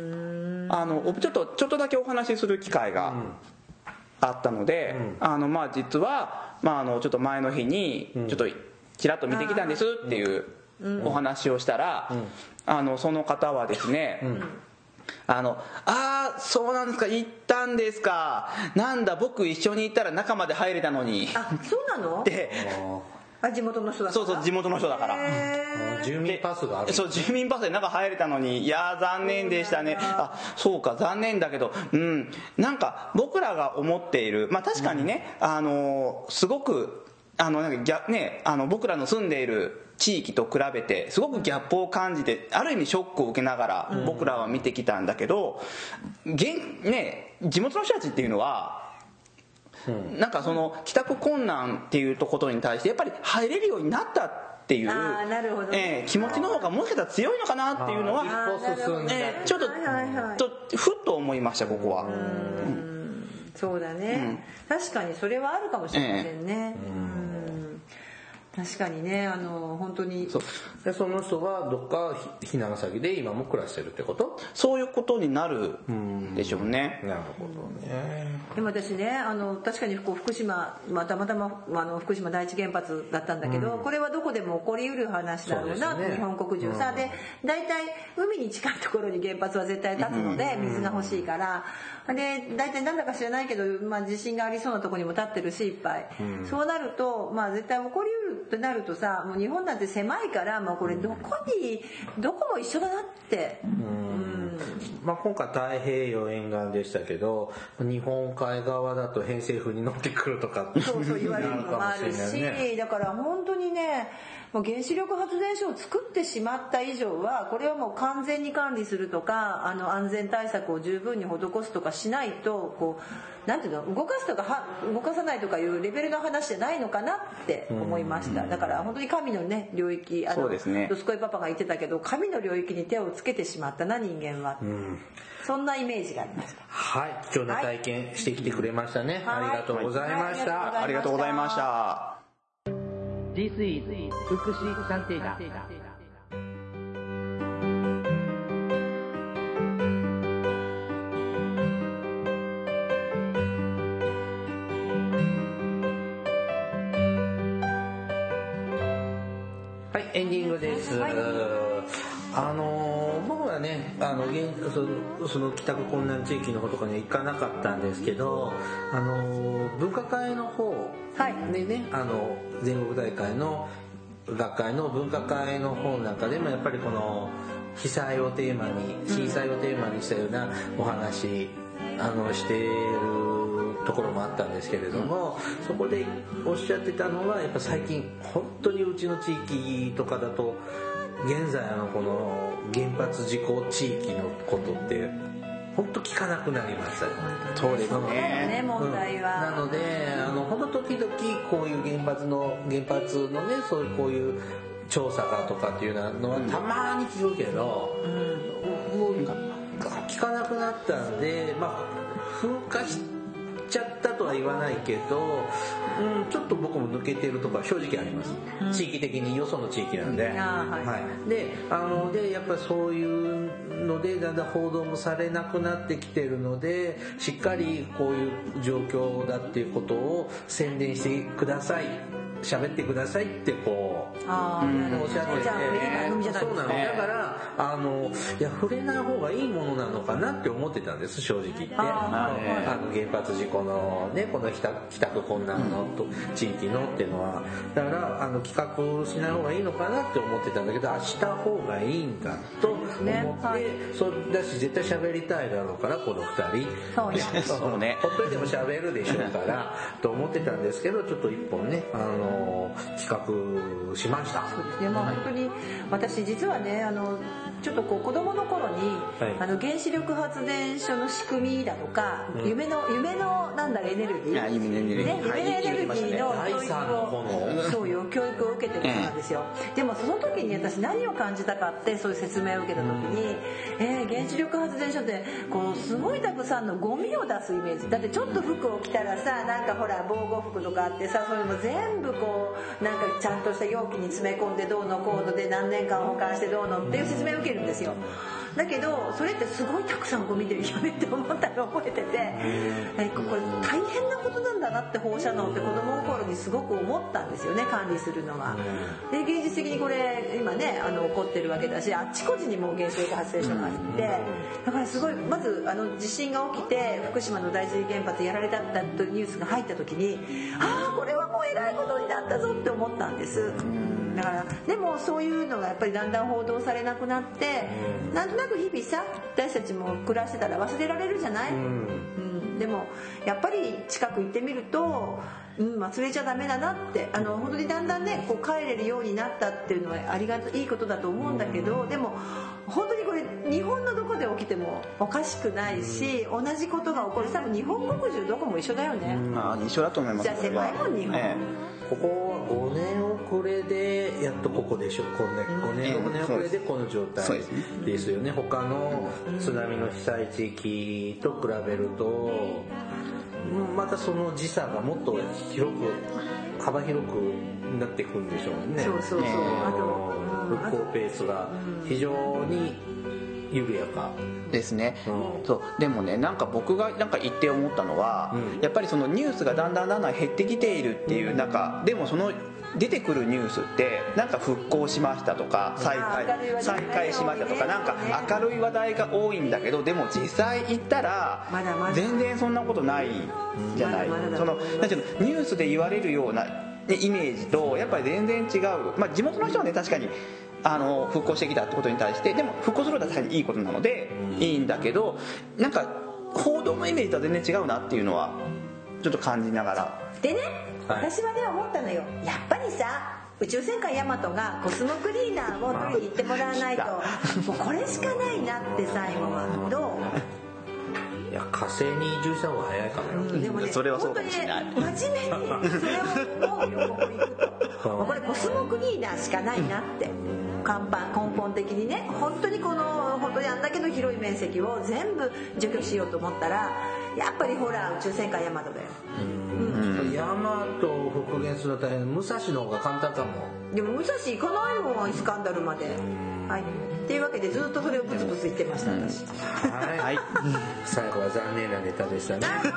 あのちょっとちょっとだけお話しする機会があったので、うん、あのまあ実は、まあ、あのちょっと前の日にちょっとちらっと見てきたんですっていうお話をしたら、うん、あのその方はですね、うん、あのあーそうなんですか、行ったんですか、なんだ僕一緒に行ったら中まで入れたのに。 あ、そうなの？ で、 あ、地元の人だから。 そうそう、地元の人だから。 住民パスがある。 そう、住民パスで中入れたのに、いやー残念でしたね。あ、そうか、残念だけど、うん、なんか僕らが思っている、まあ確かにね、うん、あのすごくあのなんかギャねあの僕らの住んでいる地域と比べてすごくギャップを感じて、ある意味ショックを受けながら僕らは見てきたんだけど、現ね地元の人たちっていうのは。うん、なんかその帰宅困難っていうことに対してやっぱり入れるようになったっていう、 あ、なるほど、 えー、気持ちの方がもしかしたら強いのかなっていうのは、えー、ちょっと、はいはいはい、とふっと思いました、ここは。うん、 そうだね、うん、確かにそれはあるかもしれませんね、えー、うん、確かにね、あの本当にそ, でその人がどっか避難先で今も暮らしてるってこと？ そういうことになるでしょうね。 なるほどね。 でも私ね、あの確かにこう福島、まあ、たまたまあの福島第一原発だったんだけど、うん、これはどこでも起こりうる話だろうな、ね、日本国中さ、うん、で大体海に近いところに原発は絶対立つので、うん、水が欲しいから、で大体なんだか知らないけど、まあ、地震がありそうなところにも立ってるしいっぱい、うん、そうなると、まあ、絶対起こりうるってなるとさ、もう日本なんて狭いから、まあ、これどこにどこも一緒だなって、うんうん、まあ、今回太平洋沿岸でしたけど、日本海側だと偏西風に乗ってくるとかそうそう言われるのもあるし、だから本当にね、もう原子力発電所を作ってしまった以上はこれはもう完全に管理するとか、あの安全対策を十分に施すとかしないと、こうなんていうの、動かすとかは動かさないとかいうレベルの話じゃないのかなって思いました。だから本当に神のね領域、あのそうですね、 ドスコイパパが言ってたけど、神の領域に手をつけてしまったな人間は、うん、そんなイメージがありました。 はい、貴重な体験してきてくれましたね、はい、ありがとうございました、 はい、ありがとうございました。 This is 福祉探偵団。 はい、エンディングです、はい、あの僕はね、あのそのその帰宅困難地域の方とかには行かなかったんですけど、あの文化会の方でね、はい、あの全国大会の学会の文化会の方なんかでもやっぱりこの被災をテーマに震災をテーマにしたようなお話、あのしているところもあったんですけれども、そこでおっしゃってたのはやっぱ最近本当にうちの地域とかだと現在のこの原発事故地域のことって本当聞かなくなりましたよ。 そうですね。 問題は、 うん、なのであの本当時々こういう原発の原発のねそういうこういう調査がとかっていうのはたまに聞くけど、うん、もう聞かなくなったんで、まあ風化しちゃったとは言わないけど、うん、ちょっと僕も抜けてるところは正直あります、うん、地域的によその地域なんで、はいはい、であのでやっぱりそういうのでだんだん報道もされなくなってきてるので、しっかりこういう状況だっていうことを宣伝してください、喋ってくださいってこうあ、うん、 おっしゃってて、そうなのだからあのいや触れない方がいいものなのかなって思ってたんです、正直言って。ああの原発事故のねこの帰宅帰宅困難のと地域のっていうのはだからあの企画しない方がいいのかなって思ってたんだけど、あした方がいいんだと思って、ねはい、そうだし絶対喋りたいだろうからこのふたりそうねそうねほっといても喋るでしょうからと思ってたんですけど、ちょっと一本ねあの企画しました。 そうですね、まあ、本当に私実はねあのちょっとこう子供の頃に、はい、あの原子力発電所の仕組みだとか、うん、夢の夢のなんだろうエネルギー、 夢のエネルギー、 ね、夢のエネルギーの教育をそういう教育を受けてたんですよ、うん、でもその時に私何を感じたかってそういう説明を受けた時に、うんえー、原子力発電所ってこうすごいたくさんのゴミを出すイメージだって、ちょっと服を着たらさなんかほら防護服とかあってさ、それも全部こうなんかちゃんとした容器に詰め込んでどうのこうので何年間保管してどうのっていう説明を受けるんですよ。だけどそれってすごいたくさんゴミ出るよねって思ったのを覚えてて、えこれ大変なことなんだなって放射能って子供の頃にすごく思ったんですよね、管理するのは。で現実的にこれ今ねあの起こってるわけだし、あっちこっちにも原子力発電所があってだからすごいまずあの地震が起きて福島の第一原発やられたってニュースが入った時にああこれはもうえらいことになったぞって思ったんです。だからでもそういうのがやっぱりだんだん報道されなくなってなんとなく日々さ私たちも暮らしてたら忘れられるじゃない、うん、でもやっぱり近く行ってみると、うん、忘れちゃダメだなってあの本当にだんだんねこう帰れるようになったっていうのはありがたいいことだと思うんだけど、でも本当にこれ日本のどこで起きてもおかしくないし、同じことが起こる多分日本国中どこも一緒だよね、 うん、あ一緒だと思います。 じゃあ狭いもん日本、ええここはごねん遅れでやっとここでしょ、こんなごねんろくねん遅れでこの状態ですよね。他の津波の被災地域と比べるとまたその時差がもっと広く幅広くなっていくんでしょうね。 そうそうそう、あと復興ペースが非常に緩やかですね、うん、そうでもねなんか僕がなんか言って思ったのは、うん、やっぱりそのニュースがだんだんだんだん減ってきているっていう中でもその出てくるニュースってなんか復興しましたとか再開再開しましたとかなんか明るい話題が多いんだけど、でも実際行ったら全然そんなことないじゃない。そのなんていうのニュースで言われるようなイメージとやっぱり全然違う。まあ地元の人はね確かにあの復興してきたってことに対してでも復興するのは確かにいいことなのでいいんだけど、なんか報道のイメージとは全然違うなっていうのはちょっと感じながらでね、はい、私はね思ったのよ。やっぱりさ宇宙戦艦ヤマトがコスモクリーナーを取りに行ってもらわないともうこれしかないなって最後はどう？ いや火星に移住した方が早いかも、 うん、でもねそれはそうかもしれない。 本当にね真面目にそれを思うよここ行くともうこれコスモクリーナーしかないなって根本的にね本当にこの本当にあんだけの広い面積を全部除去しようと思ったらやっぱりほら宇宙戦艦ヤマトだよ。 うん、ヤマトを復元するのは大変。武蔵の方が簡単かも。 でも武蔵行かないもんイスカンダルまで。はいっていうわけでずっとそれをブツブツ言ってました私。 はい、はい、最後は残念なネタでしたね。 なんで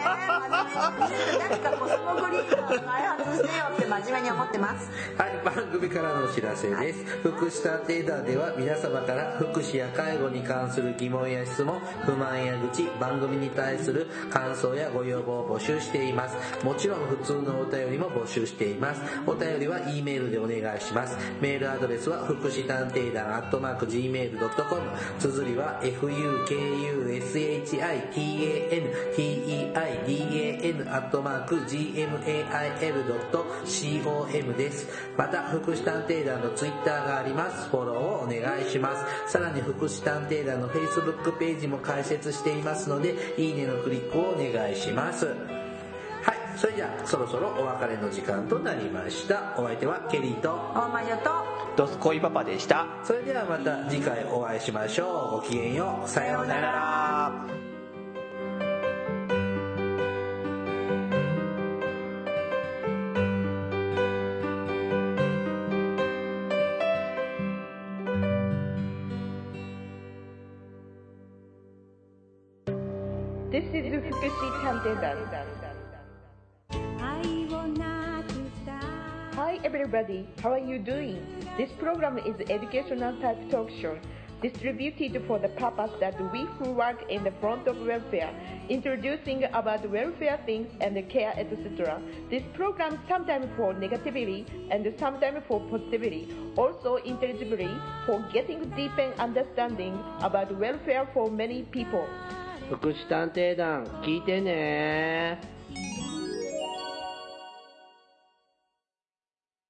誰かコスモクリーナーを開発してよって真面目に思ってます。 はい、番組からのお知らせです、はい、福祉探偵団では皆様から福祉や介護に関する疑問や質問、不満や愚痴、番組に対する感想やご要望を募集しています。もちろん普通のお便りも募集しています。お便りは E メールでお願いします。メールアドレスは福祉探偵団アットマーク ジーメールドットコム、 綴りは フユーケーユーエスエイチアイティーエーエヌティーイーアイディーエーエヌ アットマーク ジーエムエーアイエル ドット コム です。また福祉探偵団のツイッターがあります。フォローをお願いします。さらに福祉探偵団の Facebook ページも開設していますので、いいねのクリックをお願いします。はい、それじゃあそろそろお別れの時間となりました。お相手はケリーと大魔女とドスコイパパでした。 それではまた次回お会いしましょう。ごきげんよう。さようなら。 This is 福祉探偵団。Hi everybody, how are you doing? This program is educational type talk show distributed for the purpose that we who work in the front of welfare, introducing about welfare things and care, et cetera. This program sometimes for negativity and sometimes for positivity, also intelligibly for getting deeper understanding about welfare for many people. 福祉探偵団聞いてね。